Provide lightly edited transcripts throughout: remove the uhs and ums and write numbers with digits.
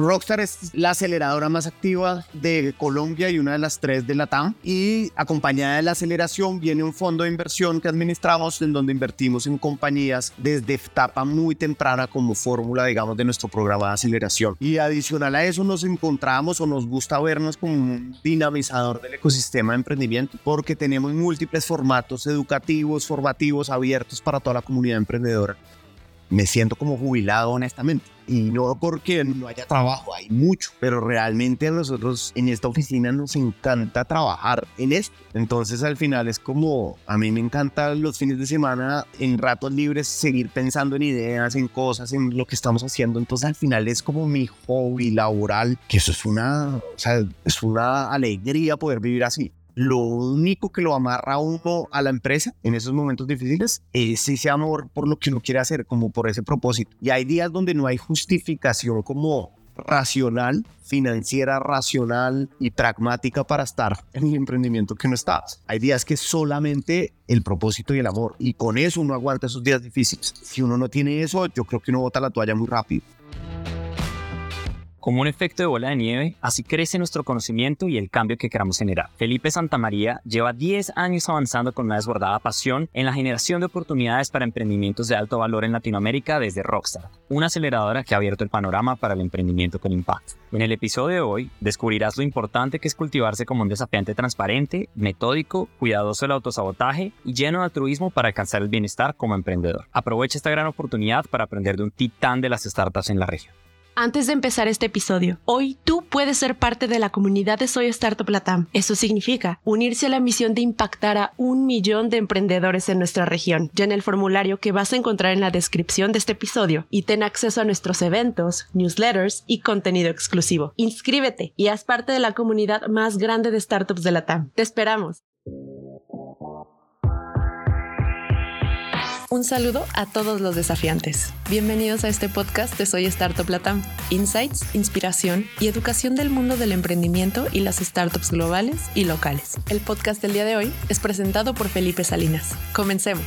Rockstar es la aceleradora más activa de Colombia y una de las 3 de LATAM, y acompañada de la aceleración viene un fondo de inversión que administramos en donde invertimos en compañías desde etapa muy temprana como fórmula, digamos, de nuestro programa de aceleración. Y adicional a eso nos encontramos o nos gusta vernos como un dinamizador del ecosistema de emprendimiento porque tenemos múltiples formatos educativos, formativos, abiertos para toda la comunidad emprendedora. Me siento como jubilado, honestamente. Y no porque no haya trabajo, hay mucho. Pero realmente a nosotros en esta oficina nos encanta trabajar en esto. Entonces al final es como, a mí me encanta los fines de semana, en ratos libres, seguir pensando en ideas, en cosas, en lo que estamos haciendo. Entonces al final es como mi hobby laboral, que eso es es una alegría poder vivir así. Lo único que lo amarra a uno a la empresa en esos momentos difíciles es ese amor por lo que uno quiere hacer, como por ese propósito. Y hay días donde no hay justificación como racional, financiera, racional y pragmática para estar en el emprendimiento que uno está. Hay días que solamente el propósito y el amor, y con eso uno aguanta esos días difíciles. Si uno no tiene eso, yo creo que uno bota la toalla muy rápido. Como un efecto de bola de nieve, así crece nuestro conocimiento y el cambio que queramos generar. Felipe Santamaría lleva 10 años avanzando con una desbordada pasión en la generación de oportunidades para emprendimientos de alto valor en Latinoamérica desde Rockstar, una aceleradora que ha abierto el panorama para el emprendimiento con impacto. En el episodio de hoy descubrirás lo importante que es cultivarse como un desafiante transparente, metódico, cuidadoso del autosabotaje y lleno de altruismo para alcanzar el bienestar como emprendedor. Aprovecha esta gran oportunidad para aprender de un titán de las startups en la región. Antes de empezar este episodio, hoy tú puedes ser parte de la comunidad de Soy Startup LATAM. Eso significa unirse a la misión de impactar a 1 millón de emprendedores en nuestra región. Llena el formulario que vas a encontrar en la descripción de este episodio y ten acceso a nuestros eventos, newsletters y contenido exclusivo. Inscríbete y haz parte de la comunidad más grande de startups de LATAM. ¡Te esperamos! Un saludo a todos los desafiantes. Bienvenidos a este podcast de Soy Startup LATAM. Insights, inspiración y educación del mundo del emprendimiento y las startups globales y locales. El podcast del día de hoy es presentado por Felipe Salinas. Comencemos.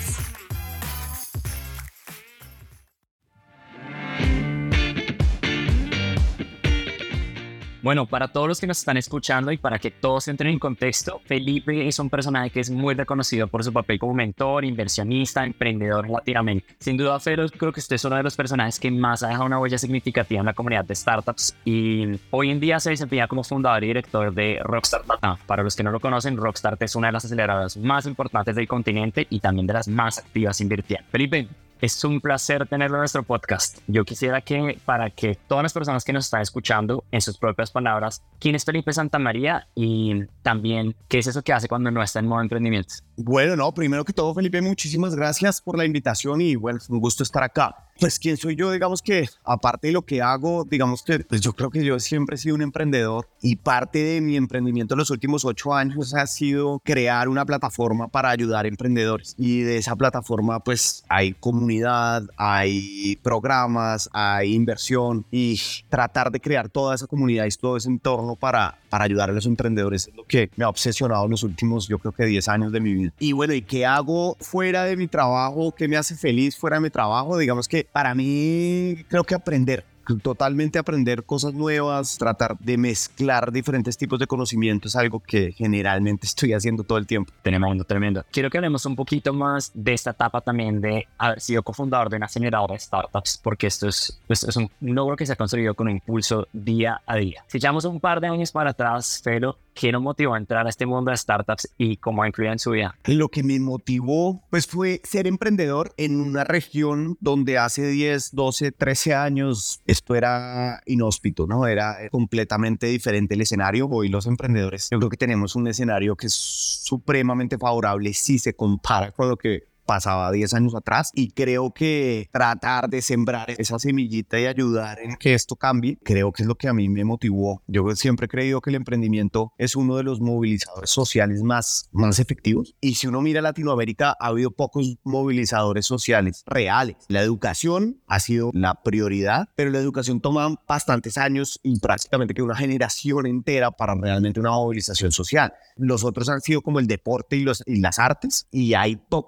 Bueno, para todos los que nos están escuchando y para que todos entren en contexto, Felipe es un personaje que es muy reconocido por su papel como mentor, inversionista, emprendedor en Latinoamérica. Sin duda, Felo, creo que usted es uno de los personajes que más ha dejado una huella significativa en la comunidad de startups y hoy en día se desempeña como fundador y director de Rockstar LATAM. Para los que no lo conocen, Rockstar es una de las aceleradoras más importantes del continente y también de las más activas invirtiendo. Felipe, es un placer tenerlo en nuestro podcast. Yo quisiera que, para que todas las personas que nos están escuchando, en sus propias palabras, ¿quién es Felipe Santamaría? Y también, ¿qué es eso que hace cuando no está en modo emprendimiento? Bueno, no, primero que todo, Felipe, muchísimas gracias por la invitación y bueno, es un gusto estar acá. Pues, ¿quién soy yo? Digamos que, aparte de lo que hago, digamos que, pues yo creo que yo siempre he sido un emprendedor y parte de mi emprendimiento en los últimos 8 años ha sido crear una plataforma para ayudar a emprendedores. Y de esa plataforma, pues, hay comunidad, hay programas, hay inversión y tratar de crear toda esa comunidad y todo ese entorno para ayudar a los emprendedores es lo que me ha obsesionado en los últimos, yo creo que 10 años de mi vida. Y bueno, ¿y qué hago fuera de mi trabajo? ¿Qué me hace feliz fuera de mi trabajo? Digamos que para mí creo que totalmente aprender cosas nuevas, tratar de mezclar diferentes tipos de conocimiento es algo que generalmente estoy haciendo todo el tiempo. Tremendo. Quiero que hablemos un poquito más de esta etapa también de haber sido cofundador de una aceleradora de startups, porque esto es un logro que se ha conseguido con un impulso día a día. Si echamos un par de años para atrás, Felo, ¿qué nos motivó a entrar a este mundo de startups y cómo ha influido en su vida? Lo que me motivó pues fue ser emprendedor en una región donde hace 10, 12, 13 años esto era inhóspito, ¿no? Era completamente diferente el escenario. Hoy los emprendedores, yo creo que tenemos un escenario que es supremamente favorable si se compara con lo que pasaba 10 años atrás, y creo que tratar de sembrar esa semillita y ayudar en que esto cambie, creo que es lo que a mí me motivó. Yo siempre he creído que el emprendimiento es uno de los movilizadores sociales más efectivos, y si uno mira Latinoamérica, ha habido pocos movilizadores sociales reales. La educación ha sido la prioridad, pero la educación toma bastantes años y prácticamente que una generación entera para realmente una movilización social. Los otros han sido como el deporte y las artes, y hay pocos más.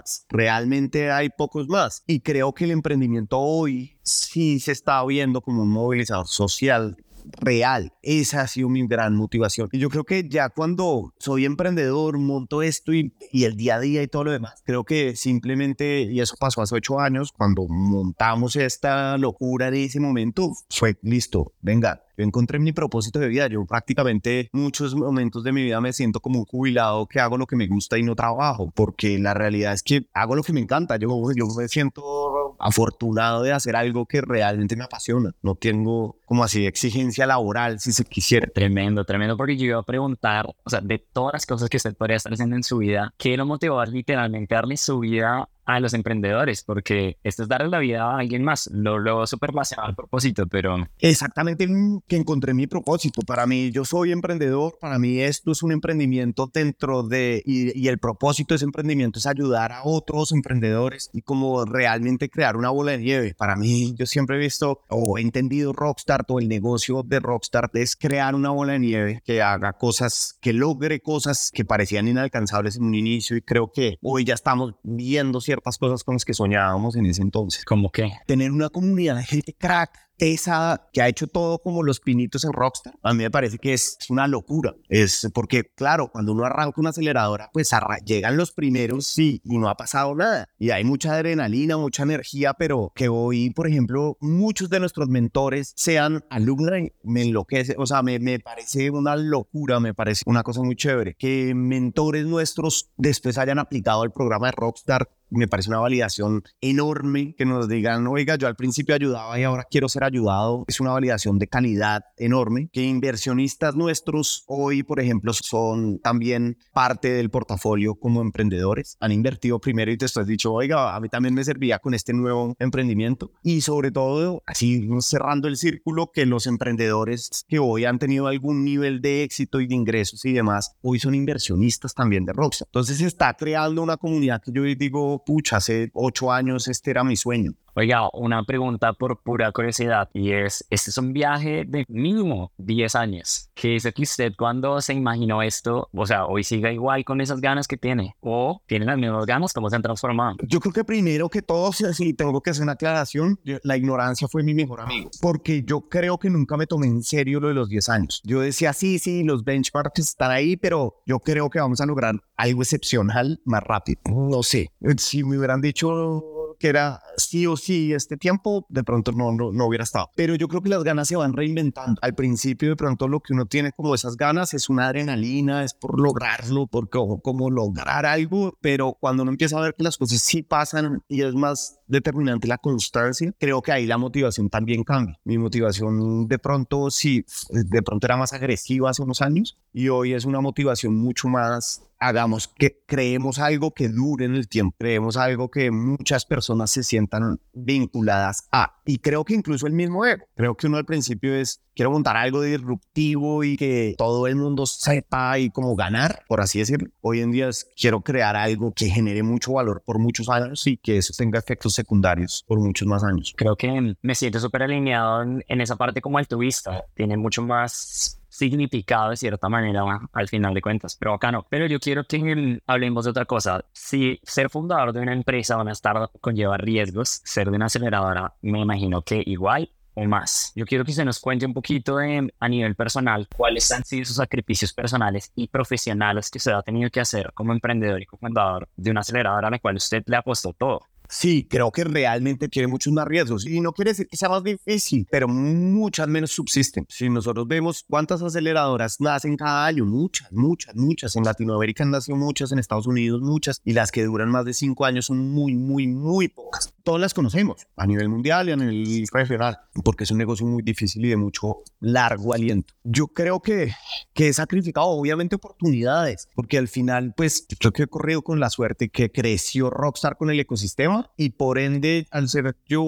más. Realmente hay pocos más. Y creo que el emprendimiento hoy sí se está viendo como un movilizador social real. Esa ha sido mi gran motivación. Y yo creo que ya cuando soy emprendedor, monto esto y el día a día y todo lo demás, creo que simplemente, y eso pasó hace 8 años, cuando montamos esta locura en ese momento, fue listo, venga. Yo encontré mi propósito de vida. Yo prácticamente muchos momentos de mi vida me siento como un jubilado que hago lo que me gusta y no trabajo, porque la realidad es que hago lo que me encanta. Yo me siento afortunado de hacer algo que realmente me apasiona. No tengo como así exigencia laboral, si se quisiera. Tremendo, tremendo, porque yo iba a preguntar, o sea, de todas las cosas que usted podría estar haciendo en su vida, ¿qué lo motivó a literalmente darle su vida a los emprendedores? Porque esto es darle la vida a alguien más. Lo súper relacionado al propósito, pero... Exactamente, que encontré mi propósito. Para mí, yo soy emprendedor. Para mí esto es un emprendimiento dentro de... Y el propósito de ese emprendimiento es ayudar a otros emprendedores y como realmente crear una bola de nieve. Para mí, yo siempre he visto o he entendido Rockstart o el negocio de Rockstart es crear una bola de nieve que haga cosas, que logre cosas que parecían inalcanzables en un inicio, y creo que hoy ya estamos viendo ciertas cosas con las que soñábamos en ese entonces. ¿Cómo qué? Tener una comunidad de gente crack, esa que ha hecho todo como los pinitos en Rockstar, a mí me parece que es una locura. Es porque, claro, cuando uno arranca una aceleradora, pues llegan los primeros sí, y no ha pasado nada. Y hay mucha adrenalina, mucha energía, pero que hoy, por ejemplo, muchos de nuestros mentores sean alumni, me enloquece. O sea, me parece una locura, me parece una cosa muy chévere. Que mentores nuestros después hayan aplicado el programa de Rockstar, me parece una validación enorme. Que nos digan, oiga, yo al principio ayudaba y ahora quiero ser ayudado. Es una validación de calidad enorme. Que inversionistas nuestros hoy, por ejemplo, son también parte del portafolio como emprendedores. Han invertido primero y te has dicho, oiga, a mí también me servía con este nuevo emprendimiento. Y sobre todo, así cerrando el círculo, que los emprendedores que hoy han tenido algún nivel de éxito y de ingresos y demás, hoy son inversionistas también de Rockstar. Entonces se está creando una comunidad que yo digo, pucha, hace 8 años este era mi sueño. Oiga, una pregunta por pura curiosidad, y es, este es un viaje de mínimo 10 años. ¿Qué dice que usted cuando se imaginó esto, o sea, hoy siga igual con esas ganas que tiene? ¿O tiene las mismas ganas? ¿Cómo se han transformado? Yo creo que primero que todo, sí, tengo que hacer una aclaración, la ignorancia fue mi mejor amigo, porque yo creo que nunca me tomé en serio lo de los 10 años. Yo decía, sí, los benchmarks están ahí, pero yo creo que vamos a lograr algo excepcional más rápido. No sé, si me hubieran dicho que era sí o sí este tiempo, de pronto no hubiera estado. Pero yo creo que las ganas se van reinventando. Al principio de pronto lo que uno tiene como esas ganas es una adrenalina, es por lograrlo, por como lograr algo, pero cuando uno empieza a ver que las cosas sí pasan y es más determinante la constancia, creo que ahí la motivación también cambia. Mi motivación de pronto era más agresiva hace unos años y hoy es una motivación mucho más, hagamos que creemos algo que dure en el tiempo, creemos algo que muchas personas se sientan vinculadas a. Y creo que incluso el mismo ego. Creo que uno al principio es, quiero montar algo disruptivo y que todo el mundo sepa y como ganar, por así decirlo. Hoy en día quiero crear algo que genere mucho valor por muchos años y que eso tenga efectos secundarios por muchos más años. Creo que me siento súper alineado en esa parte como altruista. Tiene mucho más significado de cierta manera al final de cuentas, pero bacano. Pero yo quiero que hablemos de otra cosa. Si ser fundador de una empresa o una startup conlleva riesgos, ser de una aceleradora me imagino que igual o más. Yo quiero que se nos cuente un poquito a nivel personal cuáles han sido sus sacrificios personales y profesionales que usted ha tenido que hacer como emprendedor y cofundador de una aceleradora a la cual usted le apostó todo. Sí, creo que realmente tiene muchos más riesgos y no quiere decir que sea más difícil, pero muchas menos subsisten. Si nosotros vemos cuántas aceleradoras nacen cada año, muchas. En Latinoamérica han nacido muchas, en Estados Unidos muchas, y las que duran más de 5 años son muy pocas. Todas las conocemos a nivel mundial y a nivel regional, porque es un negocio muy difícil y de mucho largo aliento. Yo creo que he sacrificado obviamente oportunidades, porque al final pues yo creo que he corrido con la suerte que creció Rockstar con el ecosistema y por ende al ser yo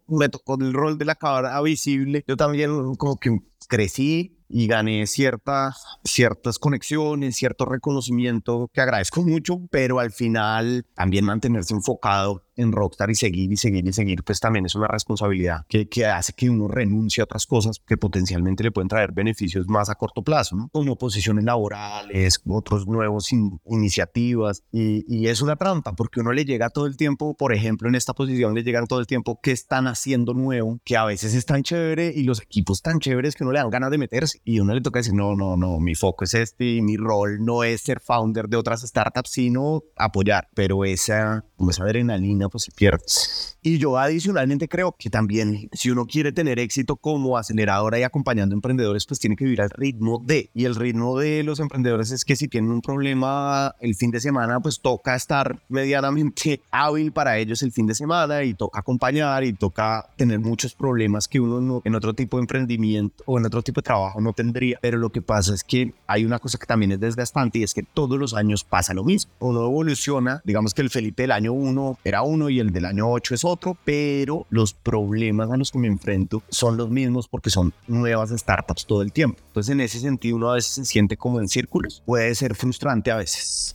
me tocó el rol de la cabra visible. Yo también como que crecí y gané ciertas conexiones, cierto reconocimiento que agradezco mucho, pero al final también mantenerse enfocado en Rockstar y seguir, pues también es una responsabilidad que hace que uno renuncie a otras cosas que potencialmente le pueden traer beneficios más a corto plazo, ¿no? Como posiciones laborales, otros nuevos iniciativas, y es una trampa porque uno le llega todo el tiempo, por ejemplo, en esta posición le llegan todo el tiempo qué están haciendo nuevo, que a veces es tan chévere y los equipos tan chéveres que uno le dan ganas de meterse y uno le toca decir, no, mi foco es este y mi rol no es ser founder de otras startups, sino apoyar, pero esa adrenalina pues se pierde. Y yo adicionalmente creo que también si uno quiere tener éxito como aceleradora y acompañando emprendedores, pues tiene que vivir al ritmo y el ritmo de los emprendedores es que si tienen un problema el fin de semana, pues toca estar medianamente hábil para ellos el fin de semana y toca acompañar y toca tener muchos problemas que uno no, en otro tipo de emprendimiento o en otro tipo de trabajo no tendría. Pero lo que pasa es que hay una cosa que también es desgastante y es que todos los años pasa lo mismo. Uno evoluciona, digamos que el Felipe del año 1 era uno y el del año 8 es otro, pero los problemas a los que me enfrento son los mismos porque son nuevas startups todo el tiempo. Entonces en ese sentido uno a veces se siente como en círculos, puede ser frustrante a veces.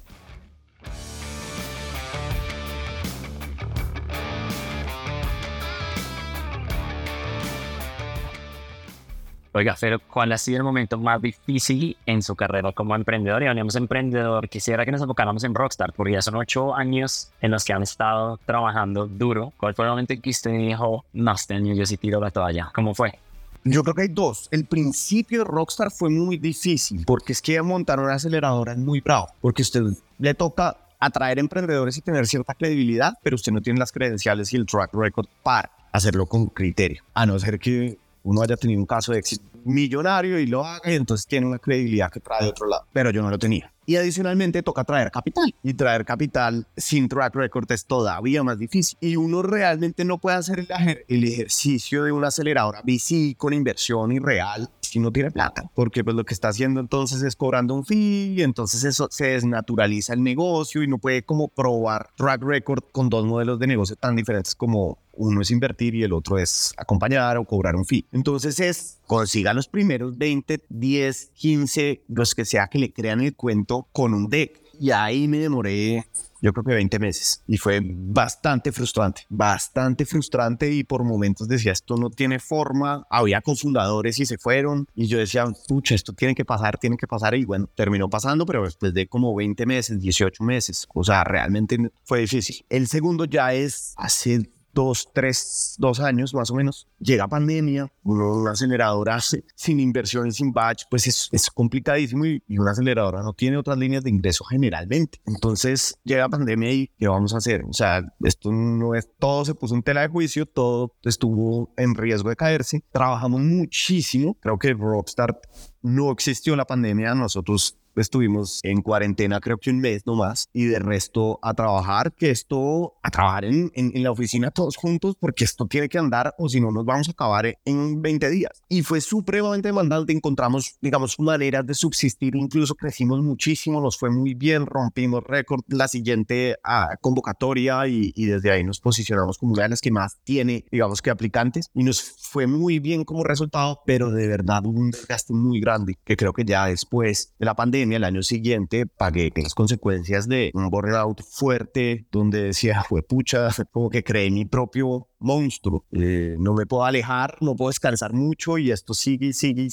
Oiga, pero ¿cuál ha sido el momento más difícil en su carrera como emprendedor? Y hablamos emprendedor, quisiera que nos enfocáramos en Rockstar, porque ya son 8 años en los que han estado trabajando duro. ¿Cuál fue el momento en que usted dijo, no, este año yo sí tiro la toalla? ¿Cómo fue? Yo creo que hay dos. El principio de Rockstar fue muy difícil, porque es que montar una aceleradora es muy bravo, porque usted le toca atraer emprendedores y tener cierta credibilidad, pero usted no tiene las credenciales y el track record para hacerlo con criterio, a no ser que uno haya tenido un caso de éxito millonario y lo haga y entonces tiene una credibilidad que trae de otro lado, pero yo no lo tenía. Y adicionalmente toca traer capital, y traer capital sin track record es todavía más difícil, y uno realmente no puede hacer el ejercicio de una aceleradora VC con inversión irreal si no tiene plata, porque pues lo que está haciendo entonces es cobrando un fee y entonces eso se desnaturaliza el negocio y no puede como probar track record con dos modelos de negocio tan diferentes como uno es invertir y el otro es acompañar o cobrar un fee. Entonces consiga los primeros 20, 10, 15, los que sea que le crean el cuento con un deck. Y ahí me demoré, yo creo que 20 meses. Y fue bastante frustrante y por momentos decía, esto no tiene forma. Había cofundadores y se fueron. Y yo decía, pucha, esto tiene que pasar. Y bueno, terminó pasando, pero después de como 20 meses, 18 meses. O sea, realmente fue difícil. El segundo ya es hace 2 años más o menos, llega pandemia, una aceleradora sin inversión y sin batch, pues es complicadísimo y una aceleradora no tiene otras líneas de ingreso generalmente. Entonces llega pandemia y ¿qué vamos a hacer? O sea, esto no es, todo se puso en tela de juicio, todo estuvo en riesgo de caerse. Trabajamos muchísimo, creo que Rockstar no existió la pandemia, nosotros estuvimos en cuarentena creo que un mes nomás y de resto a trabajar en la oficina todos juntos porque esto tiene que andar o si no nos vamos a acabar en 20 días. Y fue supremamente demandante, encontramos digamos maneras de subsistir, incluso crecimos muchísimo, nos fue muy bien, rompimos récord la siguiente convocatoria y desde ahí nos posicionamos como una de las que más tiene digamos que aplicantes y nos fue muy bien como resultado, pero de verdad hubo un desgaste muy grande que creo que ya después de la pandemia el año siguiente pagué las consecuencias de un burnout fuerte donde decía, pucha, como que creé mi propio monstruo, no me puedo alejar, no puedo descansar mucho y esto sigue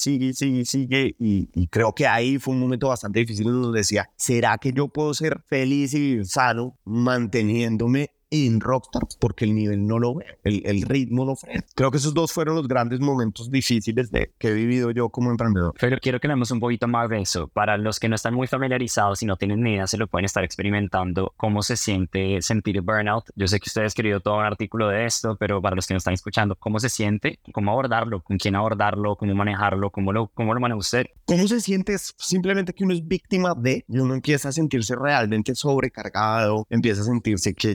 y creo que ahí fue un momento bastante difícil donde decía, ¿será que yo puedo ser feliz y sano manteniéndome en Rockstar? Porque el nivel no lo veo, el ritmo no frena. Creo que esos dos fueron los grandes momentos difíciles que he vivido yo como emprendedor. Pero quiero que hablemos un poquito más de eso. Para los que no están muy familiarizados y no tienen ni idea, se lo pueden estar experimentando. ¿Cómo se siente sentir burnout? Yo sé que usted ha escrito todo un artículo de esto, pero para los que no están escuchando, ¿cómo se siente? ¿Cómo abordarlo? ¿Con quién abordarlo? ¿Cómo manejarlo? ¿Cómo lo maneja usted? ¿Cómo se siente? Es simplemente que uno es víctima de y uno empieza a sentirse realmente sobrecargado, empieza a sentirse que ya no disfruta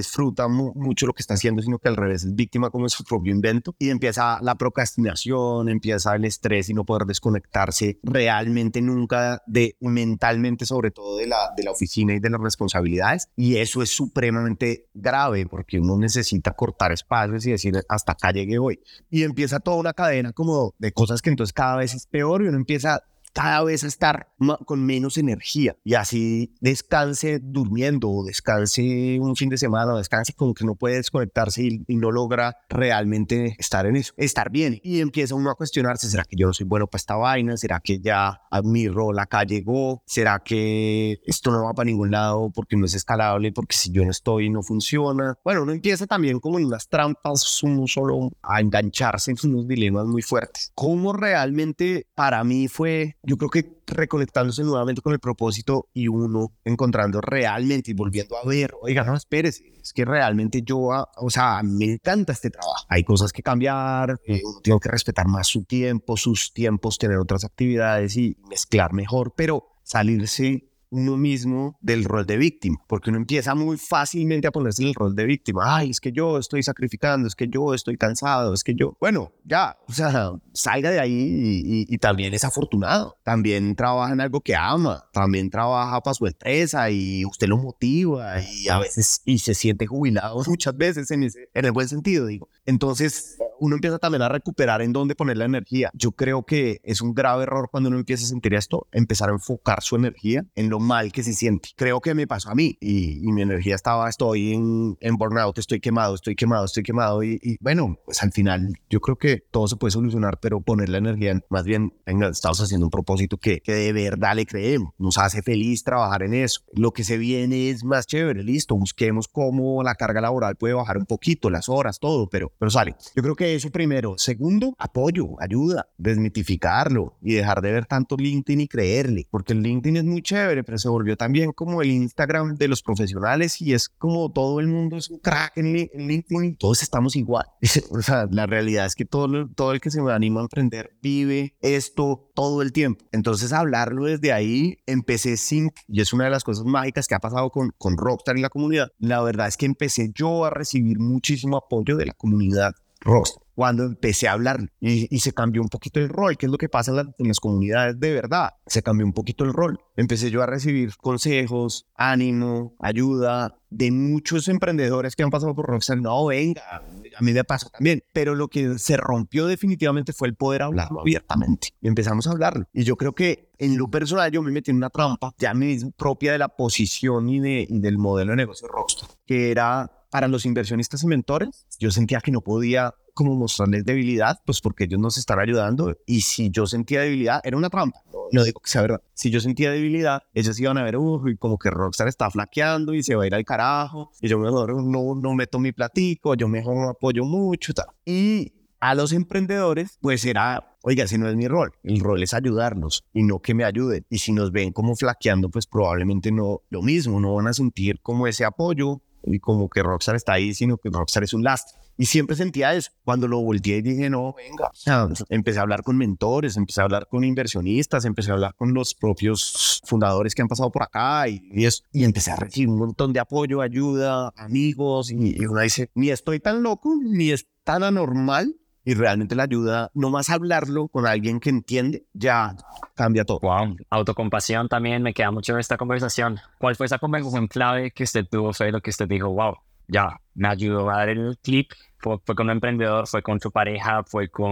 disfruta mucho lo que está haciendo, sino que al revés es víctima como de su propio invento, y empieza la procrastinación, empieza el estrés y no poder desconectarse realmente nunca mentalmente, sobre todo de la oficina y de las responsabilidades, y eso es supremamente grave porque uno necesita cortar espacios y decir hasta acá llegué hoy, y empieza toda una cadena como de cosas que entonces cada vez es peor y uno empieza cada vez a estar con menos energía, y así descanse durmiendo o descanse un fin de semana o descanse, como que no puede desconectarse y no logra realmente estar en eso, estar bien, y empieza uno a cuestionarse: ¿será que yo no soy bueno para esta vaina? ¿Será que ya a mi rol acá llegó? ¿Será que esto no va para ningún lado porque no es escalable, porque si yo no estoy no funciona? Bueno, uno empieza también como en unas trampas, uno solo a engancharse en unos dilemas muy fuertes. ¿Cómo realmente para mí fue? Yo creo que reconectándose nuevamente con el propósito y uno encontrando realmente y volviendo a ver, oiga, no, espérese, es que realmente o sea, me encanta este trabajo. Hay cosas que cambiar, uno tiene que respetar más su tiempo, sus tiempos, tener otras actividades y mezclar mejor, pero salirse uno mismo del rol de víctima, porque uno empieza muy fácilmente a ponerse en el rol de víctima. Ay, es que yo estoy sacrificando, es que yo estoy cansado, es que yo, bueno, ya, o sea, salga de ahí y también es afortunado, también trabaja en algo que ama, también trabaja para su empresa y usted lo motiva y a veces y se siente jubilado muchas veces en el buen sentido, digo. Entonces uno empieza también a recuperar en dónde poner la energía. Yo creo que es un grave error cuando uno empieza a sentir esto, empezar a enfocar su energía en lo mal que se siente. Creo que me pasó a mí y mi energía estoy en burnout, estoy quemado y bueno, pues al final yo creo que todo se puede solucionar, pero poner la energía más bien, venga, estamos haciendo un propósito que de verdad le creemos, nos hace feliz trabajar en eso. Lo que se viene es más chévere, listo, busquemos cómo la carga laboral puede bajar un poquito, las horas, todo, pero sale. Yo creo que eso primero. Segundo, apoyo, ayuda, desmitificarlo y dejar de ver tanto LinkedIn y creerle, porque el LinkedIn es muy chévere, pero se volvió también como el Instagram de los profesionales y es como todo el mundo es un crack en LinkedIn y todos estamos igual. O sea, la realidad es que todo el que se me anima a emprender vive esto todo el tiempo. Entonces, hablarlo desde ahí, empecé y es una de las cosas mágicas que ha pasado con Rockstar y la comunidad. La verdad es que empecé yo a recibir muchísimo apoyo de la comunidad Rockstar cuando empecé a hablar y se cambió un poquito el rol, que es lo que pasa en las comunidades de verdad, se cambió un poquito el rol. Empecé yo a recibir consejos, ánimo, ayuda de muchos emprendedores que han pasado por Rockstar. No, venga, a mí me pasó también, pero lo que se rompió definitivamente fue el poder hablarlo abiertamente y empezamos a hablarlo. Y yo creo que en lo personal yo me metí en una trampa ya propia de la posición y del modelo de negocio de Rockstar, que era para los inversionistas y mentores. Yo sentía que no podía como mostrarles debilidad, pues porque ellos nos están ayudando, y si yo sentía debilidad, era una trampa, no digo que sea verdad. Si yo sentía debilidad, ellos iban a ver, y como que Rockstar está flaqueando y se va a ir al carajo, y yo mejor no meto mi platico, yo mejor no apoyo mucho, tal. Y a los emprendedores, pues era, oiga, ese no es mi rol, el rol es ayudarlos y no que me ayuden, y si nos ven como flaqueando, pues probablemente no, lo mismo, no van a sentir como ese apoyo y como que Rockstar está ahí, sino que Rockstar es un lastre. Y siempre sentía eso. Cuando lo volteé y dije, no, venga. Empecé a hablar con mentores, empecé a hablar con inversionistas, empecé a hablar con los propios fundadores que han pasado por acá y empecé a recibir un montón de apoyo, ayuda, amigos. Y uno dice, ni estoy tan loco, ni es tan anormal. Y realmente la ayuda, nomás hablarlo con alguien que entiende, ya cambia todo. Wow, autocompasión también me queda mucho en esta conversación. ¿Cuál fue esa conversación clave que usted tuvo, Fede, que usted dijo, wow, ya, me ayudó a dar el clip? ¿Fue con un emprendedor, fue con su pareja,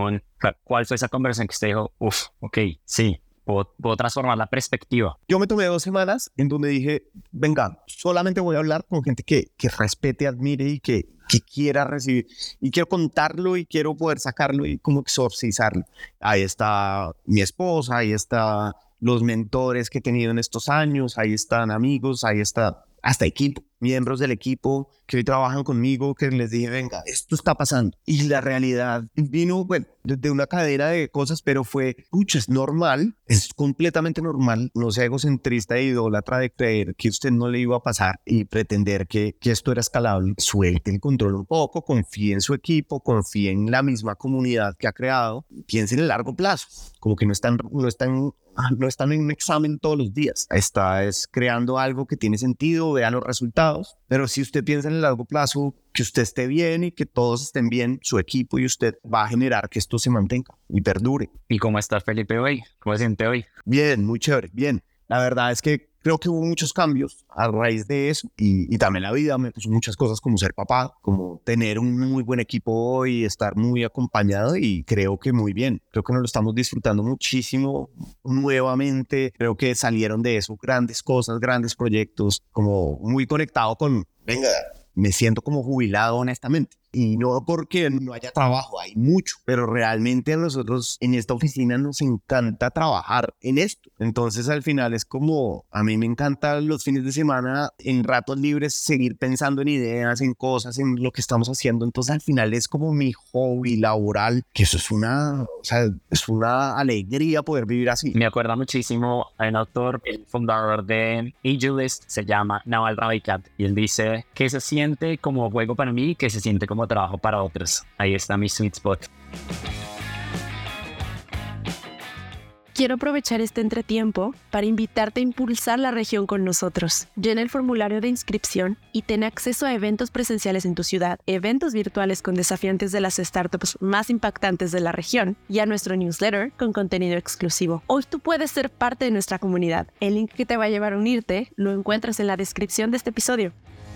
¿cuál fue esa conversación que usted dijo, ok, sí, puedo transformar la perspectiva? Yo me tomé 2 semanas en donde dije, venga, solamente voy a hablar con gente que respete, admire y que quiera recibir, y quiero contarlo y quiero poder sacarlo y como exorcizarlo. Ahí está mi esposa, ahí está los mentores que he tenido en estos años, ahí están amigos, ahí está hasta equipo, miembros del equipo que hoy trabajan conmigo, que les dije, venga, esto está pasando. Y la realidad vino, bueno, de una cadena de cosas, pero fue, pucha, es normal, es completamente normal, no sea egocentrista e idólatra de creer que usted no le iba a pasar y pretender que esto era escalable. Suelte el control un poco, confíe en su equipo, confíe en la misma comunidad que ha creado, piense en el largo plazo, como que no están no están en un examen todos los días. Está es creando algo que tiene sentido, vea los resultados. Pero si usted piensa en el largo plazo, que usted esté bien y que todos estén bien, su equipo y usted, va a generar que esto se mantenga y perdure. ¿Y cómo está Felipe hoy? ¿Cómo se siente hoy? Bien, muy chévere, bien. La verdad es que creo que hubo muchos cambios a raíz de eso y también la vida me puso muchas cosas como ser papá, como tener un muy buen equipo hoy, estar muy acompañado y creo que muy bien. Creo que nos lo estamos disfrutando muchísimo nuevamente. Creo que salieron de eso grandes cosas, grandes proyectos, como muy conectado con, venga, me siento como jubilado honestamente. Y no porque no haya trabajo, hay mucho, pero realmente a nosotros en esta oficina nos encanta trabajar en esto. Entonces al final es como, a mí me encanta los fines de semana, en ratos libres, seguir pensando en ideas, en cosas, en lo que estamos haciendo. Entonces al final es como mi hobby laboral, que eso es es una alegría poder vivir así. Me acuerda muchísimo a un autor, el fundador de AgeList, se llama Naval Ravikant, y él dice que se siente como juego para mí, que se siente como trabajo para otros. Ahí está mi sweet spot. Quiero aprovechar este entretiempo para invitarte a impulsar la región con nosotros. Llena el formulario de inscripción y ten acceso a eventos presenciales en tu ciudad, eventos virtuales con desafiantes de las startups más impactantes de la región y a nuestro newsletter con contenido exclusivo. Hoy tú puedes ser parte de nuestra comunidad. El link que te va a llevar a unirte lo encuentras en la descripción de este episodio.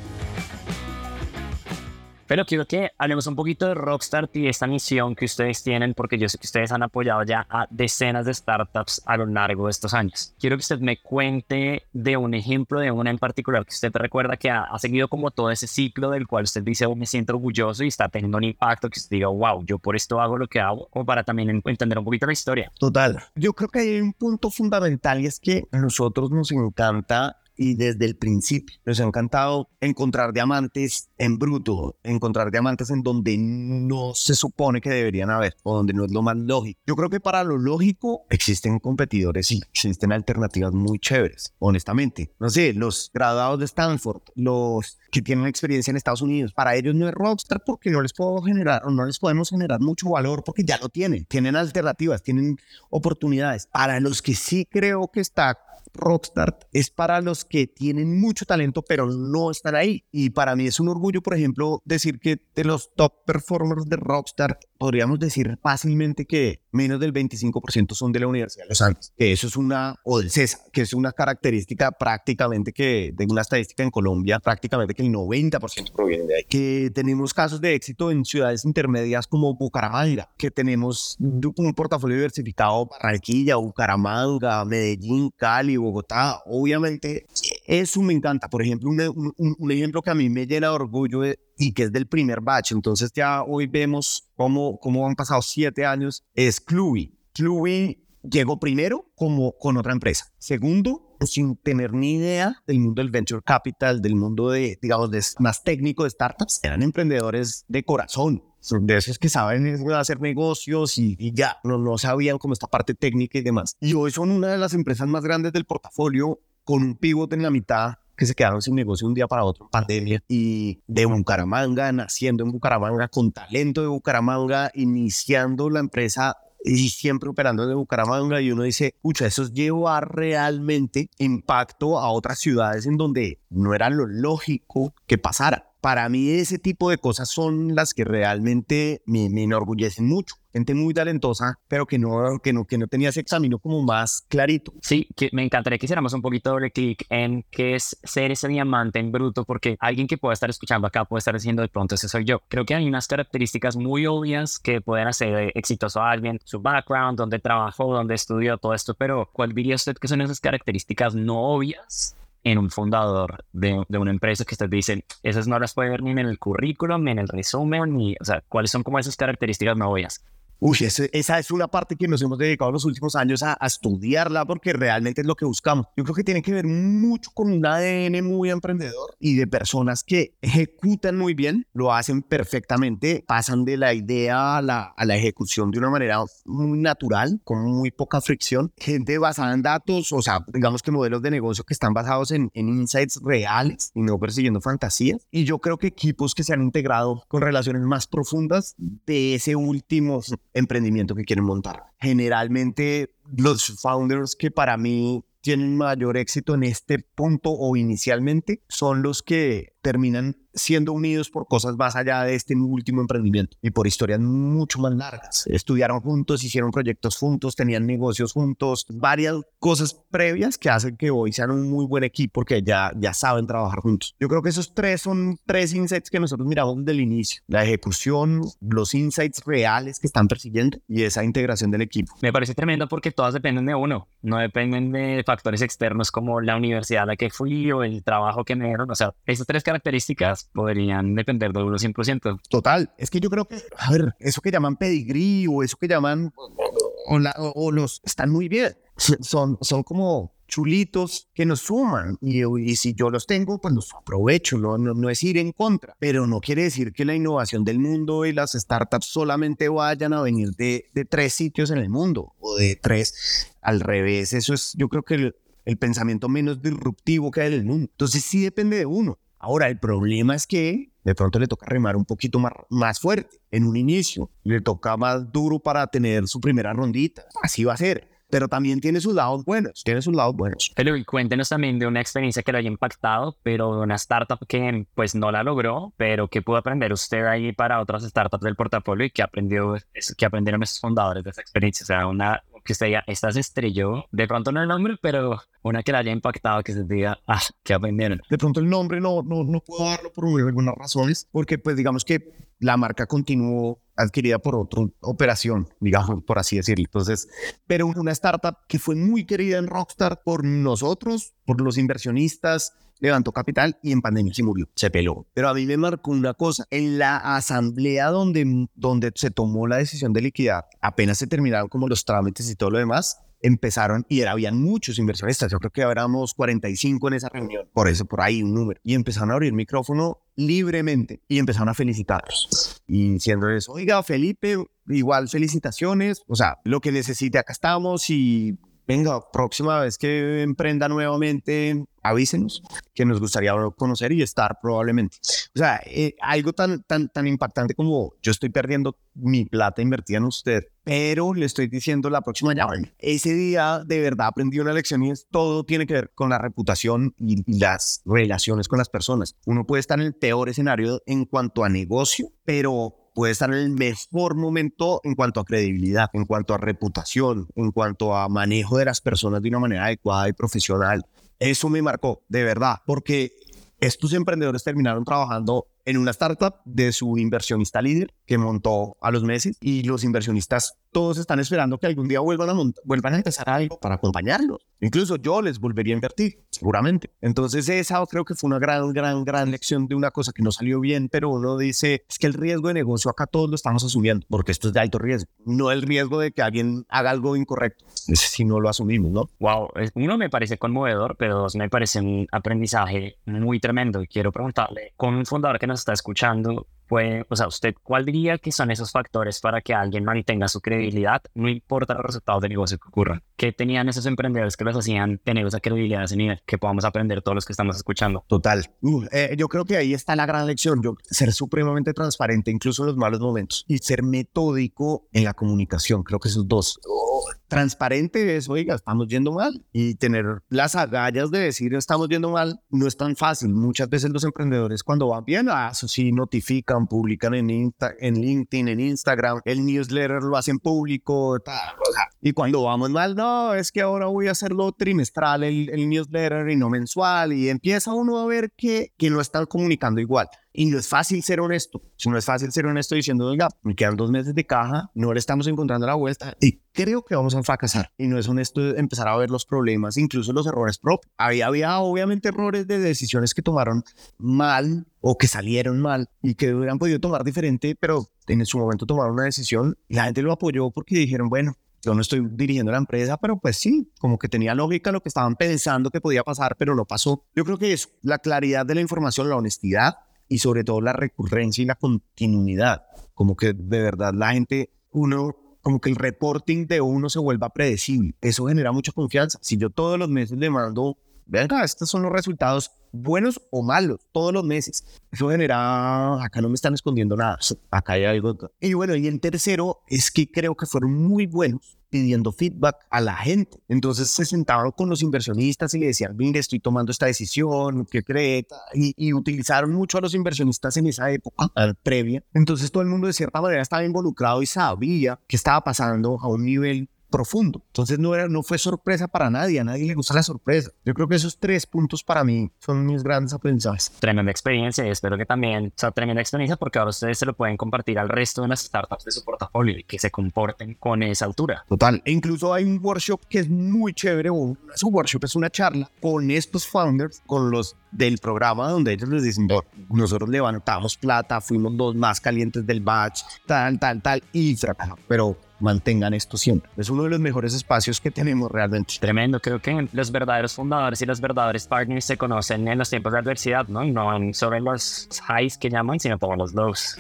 Pero quiero que hablemos un poquito de Rockstart y de esta misión que ustedes tienen, porque yo sé que ustedes han apoyado ya a decenas de startups a lo largo de estos años. Quiero que usted me cuente de un ejemplo, de una en particular que usted recuerda que ha seguido como todo ese ciclo del cual usted dice, me siento orgulloso y está teniendo un impacto, que usted diga, wow, yo por esto hago lo que hago, como para también entender un poquito la historia. Total. Yo creo que hay un punto fundamental y es que a nosotros nos encanta, y desde el principio nos ha encantado encontrar diamantes en bruto, encontrar diamantes en donde no se supone que deberían haber o donde no es lo más lógico. Yo creo que para lo lógico existen competidores y existen alternativas muy chéveres, honestamente. No sé, los graduados de Stanford, los que tienen experiencia en Estados Unidos, para ellos no es Rockstar porque no les puedo generar o no les podemos generar mucho valor porque ya lo tienen alternativas, tienen oportunidades. Para los que sí creo que está Rockstart es para los que tienen mucho talento pero no están ahí, y para mí es un orgullo, por ejemplo, decir que de los top performers de Rockstart podríamos decir fácilmente que menos del 25% son de la Universidad de los Andes, que eso es o del CESA, que es una característica prácticamente que de una estadística en Colombia, prácticamente que el 90% proviene de ahí. Que tenemos casos de éxito en ciudades intermedias como Bucaramanga, que tenemos un portafolio diversificado: Barranquilla, Bucaramanga, Medellín, Cali, Bogotá. Obviamente eso me encanta. Por ejemplo, un ejemplo que a mí me llena de orgullo y que es del primer batch, entonces ya hoy vemos cómo han pasado 7 años, es Klubi. Klubi llegó primero con otra empresa. Segundo, sin tener ni idea del mundo del venture capital, del mundo más técnico de startups. Eran emprendedores de corazón, de esos que saben hacer negocios y ya, no sabían como esta parte técnica y demás. Y hoy son una de las empresas más grandes del portafolio, con un pivot en la mitad, que se quedaron sin negocio un día para otro en pandemia, y de Bucaramanga, naciendo en Bucaramanga, con talento de Bucaramanga, iniciando la empresa y siempre operando desde Bucaramanga. Y uno dice, pucha, eso es llevar realmente impacto a otras ciudades en donde no era lo lógico que pasara. Para mí ese tipo de cosas son las que realmente me enorgullecen mucho. Gente muy talentosa, pero que no tenía ese camino como más clarito. Sí, que me encantaría que hiciéramos un poquito de clic en qué es ser ese diamante en bruto, porque alguien que pueda estar escuchando acá puede estar diciendo, de pronto ese soy yo. Creo que hay unas características muy obvias que pueden hacer exitoso a alguien, su background, dónde trabajó, dónde estudió, todo esto, pero ¿cuál diría usted que son esas características no obvias en un fundador de una empresa que ustedes dicen, esas no las puede ver ni en el currículum, ni en el resumen, o sea, cuáles son como esas características no obvias? Esa es una parte que nos hemos dedicado los últimos años a estudiarla, porque realmente es lo que buscamos. Yo creo que tiene que ver mucho con un ADN muy emprendedor y de personas que ejecutan muy bien, lo hacen perfectamente, pasan de la idea a la ejecución de una manera muy natural, con muy poca fricción. Gente basada en datos, o sea, digamos que modelos de negocio que están basados en insights reales y no persiguiendo fantasías. Y yo creo que equipos que se han integrado con relaciones más profundas de ese último emprendimiento que quieren montar. Generalmente los founders que para mí tienen mayor éxito en este punto o inicialmente son los que terminan siendo unidos por cosas más allá de este último emprendimiento y por historias mucho más largas. Estudiaron juntos, hicieron proyectos juntos, tenían negocios juntos, varias cosas previas que hacen que hoy sean un muy buen equipo porque ya saben trabajar juntos. Yo creo que esos tres son tres insights que nosotros miramos desde el inicio. La ejecución, los insights reales que están persiguiendo y esa integración del equipo. Me parece tremendo porque todas dependen de uno, no dependen de factores externos como la universidad a la que fui o el trabajo que me dieron. O sea, esas tres características podrían depender de uno 100%. Total, es que yo creo que, a ver, eso que llaman pedigrí o eso que llaman, o los, están muy bien, son como chulitos que nos suman y si yo los tengo, pues los aprovecho, no es ir en contra, pero no quiere decir que la innovación del mundo y las startups solamente vayan a venir de 3 sitios en el mundo o de 3, al revés, eso es yo creo que el pensamiento menos disruptivo que hay en el mundo, entonces sí depende de uno. Ahora, el problema es que de pronto le toca remar un poquito más fuerte en un inicio, le toca más duro para tener su primera rondita, así va a ser. Pero también tiene sus lados buenos, Pero y cuéntenos también de una experiencia que lo haya impactado, pero de una startup que pues no la logró, pero que pudo aprender usted ahí para otras startups del portafolio y que aprendieron esos fundadores de esa experiencia. O sea, una que usted diga, esta se estrelló, de pronto no el nombre, pero una que la haya impactado, que se diga, ¿qué aprendieron? De pronto el nombre no puedo darlo por algunas razones, porque pues digamos que la marca continuó adquirida por otra operación, digamos, por así decirlo. Entonces, pero una startup que fue muy querida en Rockstar por nosotros, por los inversionistas, levantó capital y en pandemia se murió, se peló. Pero a mí me marcó una cosa, en la asamblea donde se tomó la decisión de liquidar, apenas se terminaron como los trámites y todo lo demás, empezaron y habían muchos inversionistas, yo creo que éramos 45 en esa reunión, por ahí un número, y empezaron a abrir micrófono libremente y empezaron a felicitarlos y diciendo eso, oiga Felipe, igual felicitaciones, o sea, lo que necesite acá estamos y venga, próxima vez que emprenda nuevamente, avísenos, que nos gustaría conocer y estar probablemente. O sea, algo tan impactante como yo estoy perdiendo mi plata invertida en usted, pero le estoy diciendo la próxima llave. Ese día de verdad aprendí una lección y todo tiene que ver con la reputación y las relaciones con las personas. Uno puede estar en el peor escenario en cuanto a negocio, pero puede estar en el mejor momento en cuanto a credibilidad, en cuanto a reputación, en cuanto a manejo de las personas de una manera adecuada y profesional. Eso me marcó, de verdad, porque estos emprendedores terminaron trabajando en una startup de su inversionista líder que montó a los meses y los inversionistas todos están esperando que algún día vuelvan a empezar algo para acompañarlos. Incluso yo les volvería a invertir, seguramente. Entonces esa creo que fue una gran lección de una cosa que no salió bien, pero uno dice, es que el riesgo de negocio acá todos lo estamos asumiendo, porque esto es de alto riesgo, no el riesgo de que alguien haga algo incorrecto, si no lo asumimos, ¿no? Wow, uno me parece conmovedor, pero dos me parece un aprendizaje muy tremendo y quiero preguntarle, con un fundador que nos está escuchando, ¿usted cuál diría que son esos factores para que alguien mantenga su credibilidad? No importa los resultados de negocio que ocurran. ¿Qué tenían esos emprendedores que los hacían tener esa credibilidad a ese nivel? Que podamos aprender todos los que estamos escuchando. Total. Yo creo que ahí está la gran lección. Ser supremamente transparente, incluso en los malos momentos, y ser metódico en la comunicación. Creo que esos dos. Transparente es, oiga, estamos yendo mal. Y tener las agallas de decir estamos yendo mal no es tan fácil. Muchas veces los emprendedores cuando van bien, eso sí, notifican, publican en LinkedIn, en Instagram, el newsletter lo hacen público, tal, o sea, y cuando vamos mal, no, es que ahora voy a hacerlo trimestral el newsletter y no mensual, y empieza uno a ver que no están comunicando igual. Y no es fácil ser honesto. Si no es fácil ser honesto diciendo, oiga, me quedan 2 meses de caja, no le estamos encontrando la vuelta y creo que vamos a fracasar. Y no es honesto empezar a ver los problemas, incluso los errores propios. Había obviamente errores de decisiones que tomaron mal o que salieron mal y que hubieran podido tomar diferente, pero en su momento tomaron una decisión y la gente lo apoyó porque dijeron, bueno, yo no estoy dirigiendo la empresa, pero pues sí, como que tenía lógica lo que estaban pensando que podía pasar, pero no pasó. Yo creo que es la claridad de la información, la honestidad, y sobre todo la recurrencia y la continuidad, como que de verdad la gente, como que el reporting de uno se vuelva predecible. Eso genera mucha confianza. Si yo todos los meses le mando venga, estos son los resultados buenos o malos todos los meses. Eso genera, acá no me están escondiendo nada, acá hay algo. Y bueno, y el tercero es que creo que fueron muy buenos pidiendo feedback a la gente. Entonces se sentaron con los inversionistas y le decían, mire, estoy tomando esta decisión, ¿qué cree? Y utilizaron mucho a los inversionistas en esa época previa. Entonces todo el mundo de cierta manera estaba involucrado y sabía qué estaba pasando a un nivel profundo. Entonces no fue sorpresa para nadie, a nadie le gusta la sorpresa. Yo creo que esos 3 puntos para mí son mis grandes aprendizajes. Tremenda experiencia y espero que también sea tremenda experiencia porque ahora ustedes se lo pueden compartir al resto de las startups de su portafolio y que se comporten con esa altura. Total. E incluso hay un workshop que es muy chévere, no es un workshop, es una charla con estos founders, con los del programa donde ellos les dicen, nosotros levantamos plata, fuimos los más calientes del batch, tal, y fracasó. Pero mantengan esto siempre. Es uno de los mejores espacios que tenemos realmente. Tremendo. Creo que los verdaderos fundadores y los verdaderos partners se conocen en los tiempos de adversidad, ¿no? Y no en sobre los highs que llaman, sino por los lows.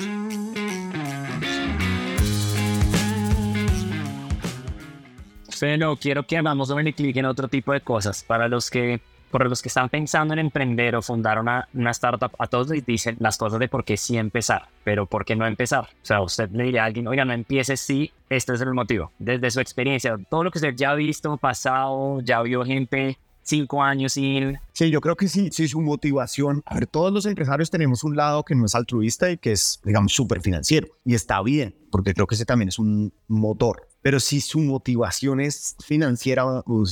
Pero quiero que hagamos doble clic en otro tipo de cosas. Por los que están pensando en emprender o fundar una startup, a todos les dicen las cosas de por qué sí empezar, pero por qué no empezar. O sea, usted le diría a alguien, oiga, no empieces si este es el motivo. Desde su experiencia, todo lo que usted ya ha visto, pasado, ya vio gente 5 años sin... Sí, yo creo que sí, su motivación. A ver, todos los empresarios tenemos un lado que no es altruista y que es, digamos, súper financiero. Y está bien, porque creo que ese también es un motor. Pero si su motivación es financiera,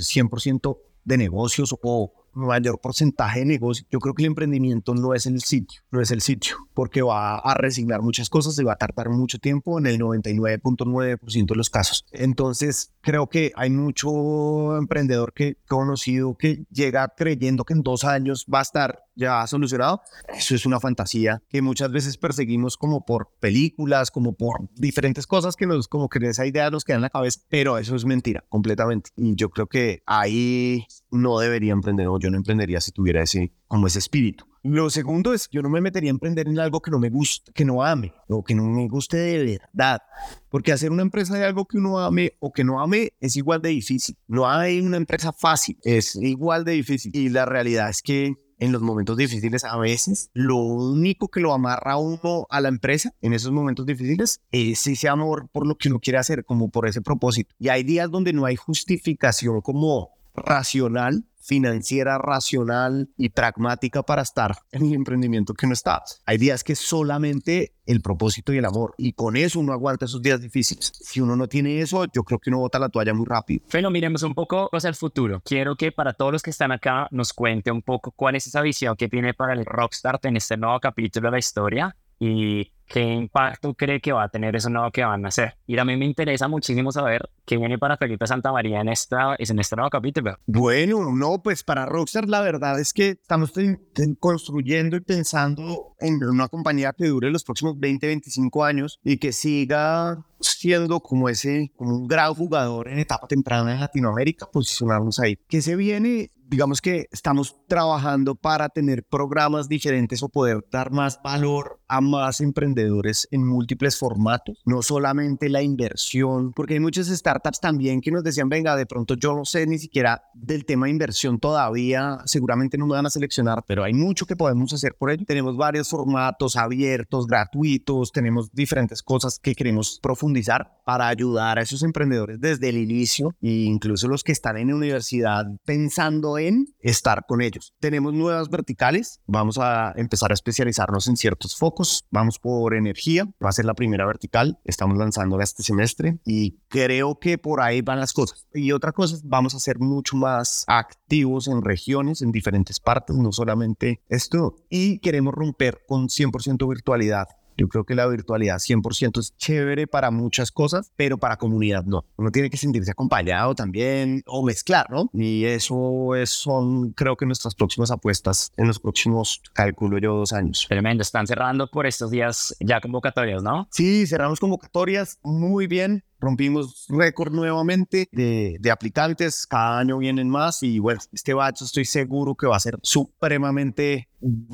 100% de negocios o mayor porcentaje de negocios, yo creo que el emprendimiento no es el sitio, porque va a resignar muchas cosas y va a tardar mucho tiempo en el 99.9% de los casos. Entonces, creo que hay mucho emprendedor que he conocido que llega creyendo que en 2 años va a estar ya solucionado. Eso es una fantasía que muchas veces perseguimos como por películas, como por diferentes cosas que como que esa idea nos queda en la cabeza, pero eso es mentira completamente. Y yo creo que ahí no debería emprender, o yo no emprendería si tuviera ese espíritu. Lo segundo es, yo no me metería a emprender en algo que no me guste, que no ame, o que no me guste de verdad. Porque hacer una empresa de algo que uno ame o que no ame es igual de difícil. No hay una empresa fácil, es igual de difícil. Y la realidad es que en los momentos difíciles, a veces, lo único que lo amarra a uno a la empresa en esos momentos difíciles es ese amor por lo que uno quiere hacer, como por ese propósito. Y hay días donde no hay justificación como racional, financiera, racional y pragmática para estar en el emprendimiento que no está. Hay días que solamente el propósito y el amor, y con eso uno aguanta esos días difíciles. Si uno no tiene eso, yo creo que uno bota la toalla muy rápido. Bueno, miremos un poco hacia el futuro. Quiero que para todos los que están acá nos cuente un poco cuál es esa visión que tiene para el Rockstart en este nuevo capítulo de la historia y qué impacto cree que va a tener eso nuevo que van a hacer. Y también me interesa muchísimo saber qué viene para Felipe Santamaría en este nuevo capítulo. Bueno, no, pues para Rockstar la verdad es que estamos construyendo y pensando en una compañía que dure los próximos 20, 25 años y que siga siendo como un gran jugador en etapa temprana en Latinoamérica, posicionarnos ahí. ¿Qué se viene? Digamos que estamos trabajando para tener programas diferentes o poder dar más valor a más emprendedores en múltiples formatos, no solamente la inversión, porque hay muchas startups también que nos decían, venga, de pronto yo no sé ni siquiera del tema de inversión todavía, seguramente no me van a seleccionar, pero hay mucho que podemos hacer por ello. Tenemos varios formatos abiertos, gratuitos, tenemos diferentes cosas que queremos profundizar para ayudar a esos emprendedores desde el inicio e incluso los que están en la universidad pensando en estar con ellos. Tenemos nuevas verticales, vamos a empezar a especializarnos en ciertos focos, vamos por energía, va a ser la primera vertical, estamos lanzándola este semestre y creo que por ahí van las cosas. Y otra cosa es, vamos a ser mucho más activos en regiones, en diferentes partes, no solamente esto, y queremos romper con 100% virtualidad. Yo creo que la virtualidad 100% es chévere para muchas cosas, pero para comunidad no. Uno tiene que sentirse acompañado también o mezclar, ¿no? Y eso son, creo que nuestras próximas apuestas en los próximos, calculo yo, 2 años. Tremendo, están cerrando por estos días ya convocatorias, ¿no? Sí, cerramos convocatorias muy bien. Rompimos récord nuevamente de aplicantes, cada año vienen más y bueno, este batch estoy seguro que va a ser supremamente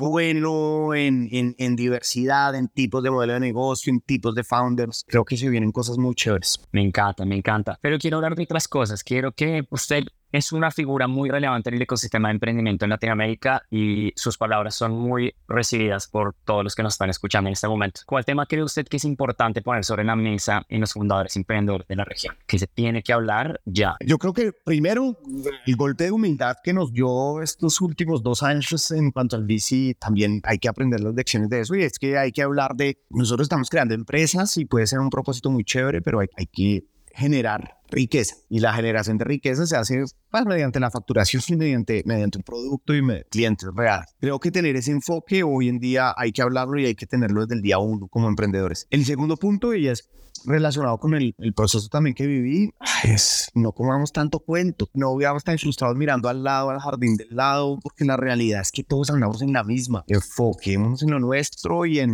bueno en diversidad, en tipos de modelo de negocio, en tipos de founders. Creo que se vienen cosas muy chéveres. Me encanta. Pero quiero hablar de otras cosas. Quiero que usted es una figura muy relevante en el ecosistema de emprendimiento en Latinoamérica y sus palabras son muy recibidas por todos los que nos están escuchando en este momento. ¿Cuál tema cree usted que es importante poner sobre la mesa en los fundadores emprendedores de la región? Que se tiene que hablar ya. Yo creo que primero el golpe de humildad que nos dio estos últimos 2 años en cuanto al VC, también hay que aprender las lecciones de eso, y es que hay que hablar de, nosotros estamos creando empresas y puede ser un propósito muy chévere, pero hay que generar riqueza, y la generación de riqueza se hace mediante la facturación, mediante un producto y clientes reales. Creo que tener ese enfoque hoy en día hay que hablarlo y hay que tenerlo desde el día 1 como emprendedores. El segundo punto, y es relacionado con el proceso también que viví, es no comamos tanto cuento, no vivamos tan frustrados mirando al lado, al jardín del lado, porque la realidad es que todos andamos en la misma. Enfoquémonos en lo nuestro y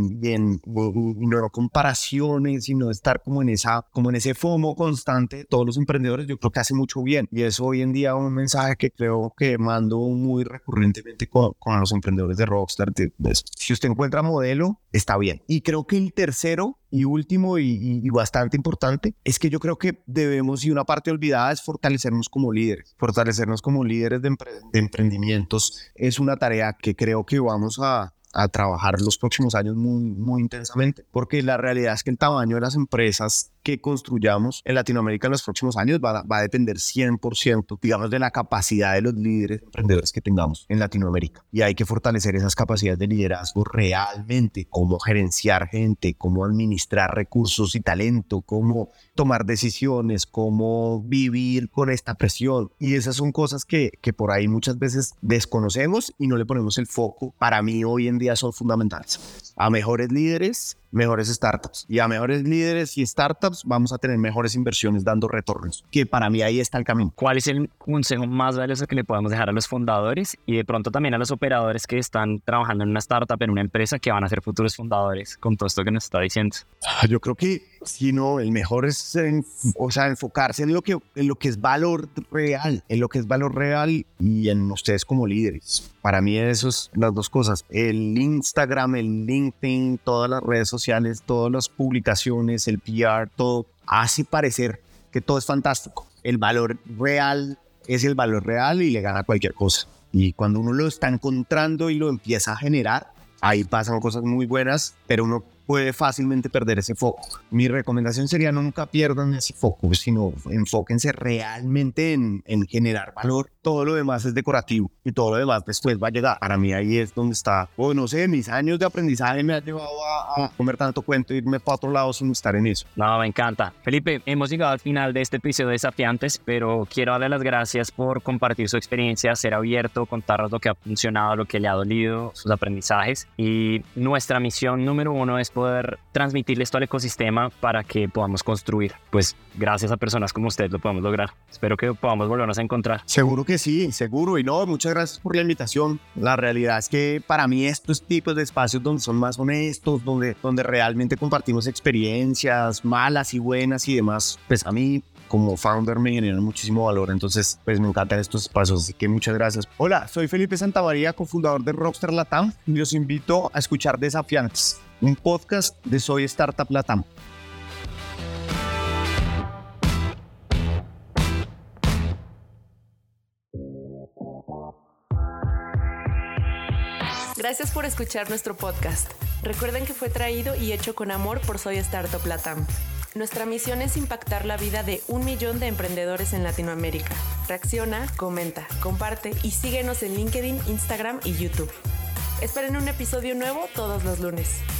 no comparaciones, sino estar como en ese FOMO constante de todos los emprendedores. Yo creo que hace mucho bien, y eso hoy en día un mensaje que creo que mando muy recurrentemente con los emprendedores de Rockstar. Si usted encuentra modelo, está bien. Y creo que el tercero y último y bastante importante es que yo creo que debemos, y una parte olvidada, es fortalecernos como líderes. Fortalecernos como líderes de emprendimientos es una tarea que creo que vamos a trabajar los próximos años muy intensamente, porque la realidad es que el tamaño de las empresas que construyamos en Latinoamérica en los próximos años va a depender 100%, digamos, de la capacidad de los líderes emprendedores que tengamos en Latinoamérica, y hay que fortalecer esas capacidades de liderazgo realmente, cómo gerenciar gente, cómo administrar recursos y talento, cómo tomar decisiones, cómo vivir con esta presión, y esas son cosas que por ahí muchas veces desconocemos y no le ponemos el foco. Para mí hoy en día son fundamentales. A mejores líderes, mejores startups, y a mejores líderes y startups vamos a tener mejores inversiones dando retornos, que para mí ahí está el camino. ¿Cuál es el consejo más valioso que le podemos dejar a los fundadores y de pronto también a los operadores que están trabajando en una startup, en una empresa, que van a ser futuros fundadores con todo esto que nos está diciendo? Yo creo que el mejor es enfocarse en lo que es valor real, y en ustedes como líderes. Para mí eso es las dos cosas: el Instagram, el LinkedIn, todas las redes sociales, todas las publicaciones, el PR, todo hace parecer que todo es fantástico. El valor real es el valor real y le gana cualquier cosa. Y cuando uno lo está encontrando y lo empieza a generar, ahí pasan cosas muy buenas, pero uno puede fácilmente perder ese foco. Mi recomendación sería: nunca pierdan ese foco, sino enfóquense realmente en generar valor. Todo lo demás es decorativo y todo lo demás después va a llegar. Para mí ahí es donde está, mis años de aprendizaje me han llevado a comer tanto cuento e irme para otro lado sin estar en eso. No, me encanta. Felipe, hemos llegado al final de este episodio de Desafiantes, pero quiero darle las gracias por compartir su experiencia, ser abierto, contarnos lo que ha funcionado, lo que le ha dolido, sus aprendizajes, y nuestra misión número 1 es poder transmitirles todo el ecosistema para que podamos construir. Pues gracias a personas como usted lo podemos lograr. Espero que podamos volvernos a encontrar. Seguro que sí, seguro. Y muchas gracias por la invitación. La realidad es que para mí estos tipos de espacios donde son más honestos, donde realmente compartimos experiencias malas y buenas y demás, pues a mí como founder me generan muchísimo valor. Entonces, pues me encantan estos espacios, así que muchas gracias. Hola, soy Felipe Santamaría, cofundador de Rockstar Latam, y los invito a escuchar Desafiantes, un podcast de Soy Startup Latam. Gracias por escuchar nuestro podcast. Recuerden que fue traído y hecho con amor por Soy Startup Latam. Nuestra misión es impactar la vida de 1 millón de emprendedores en Latinoamérica. Reacciona, comenta, comparte y síguenos en LinkedIn, Instagram y YouTube. Esperen un episodio nuevo todos los lunes.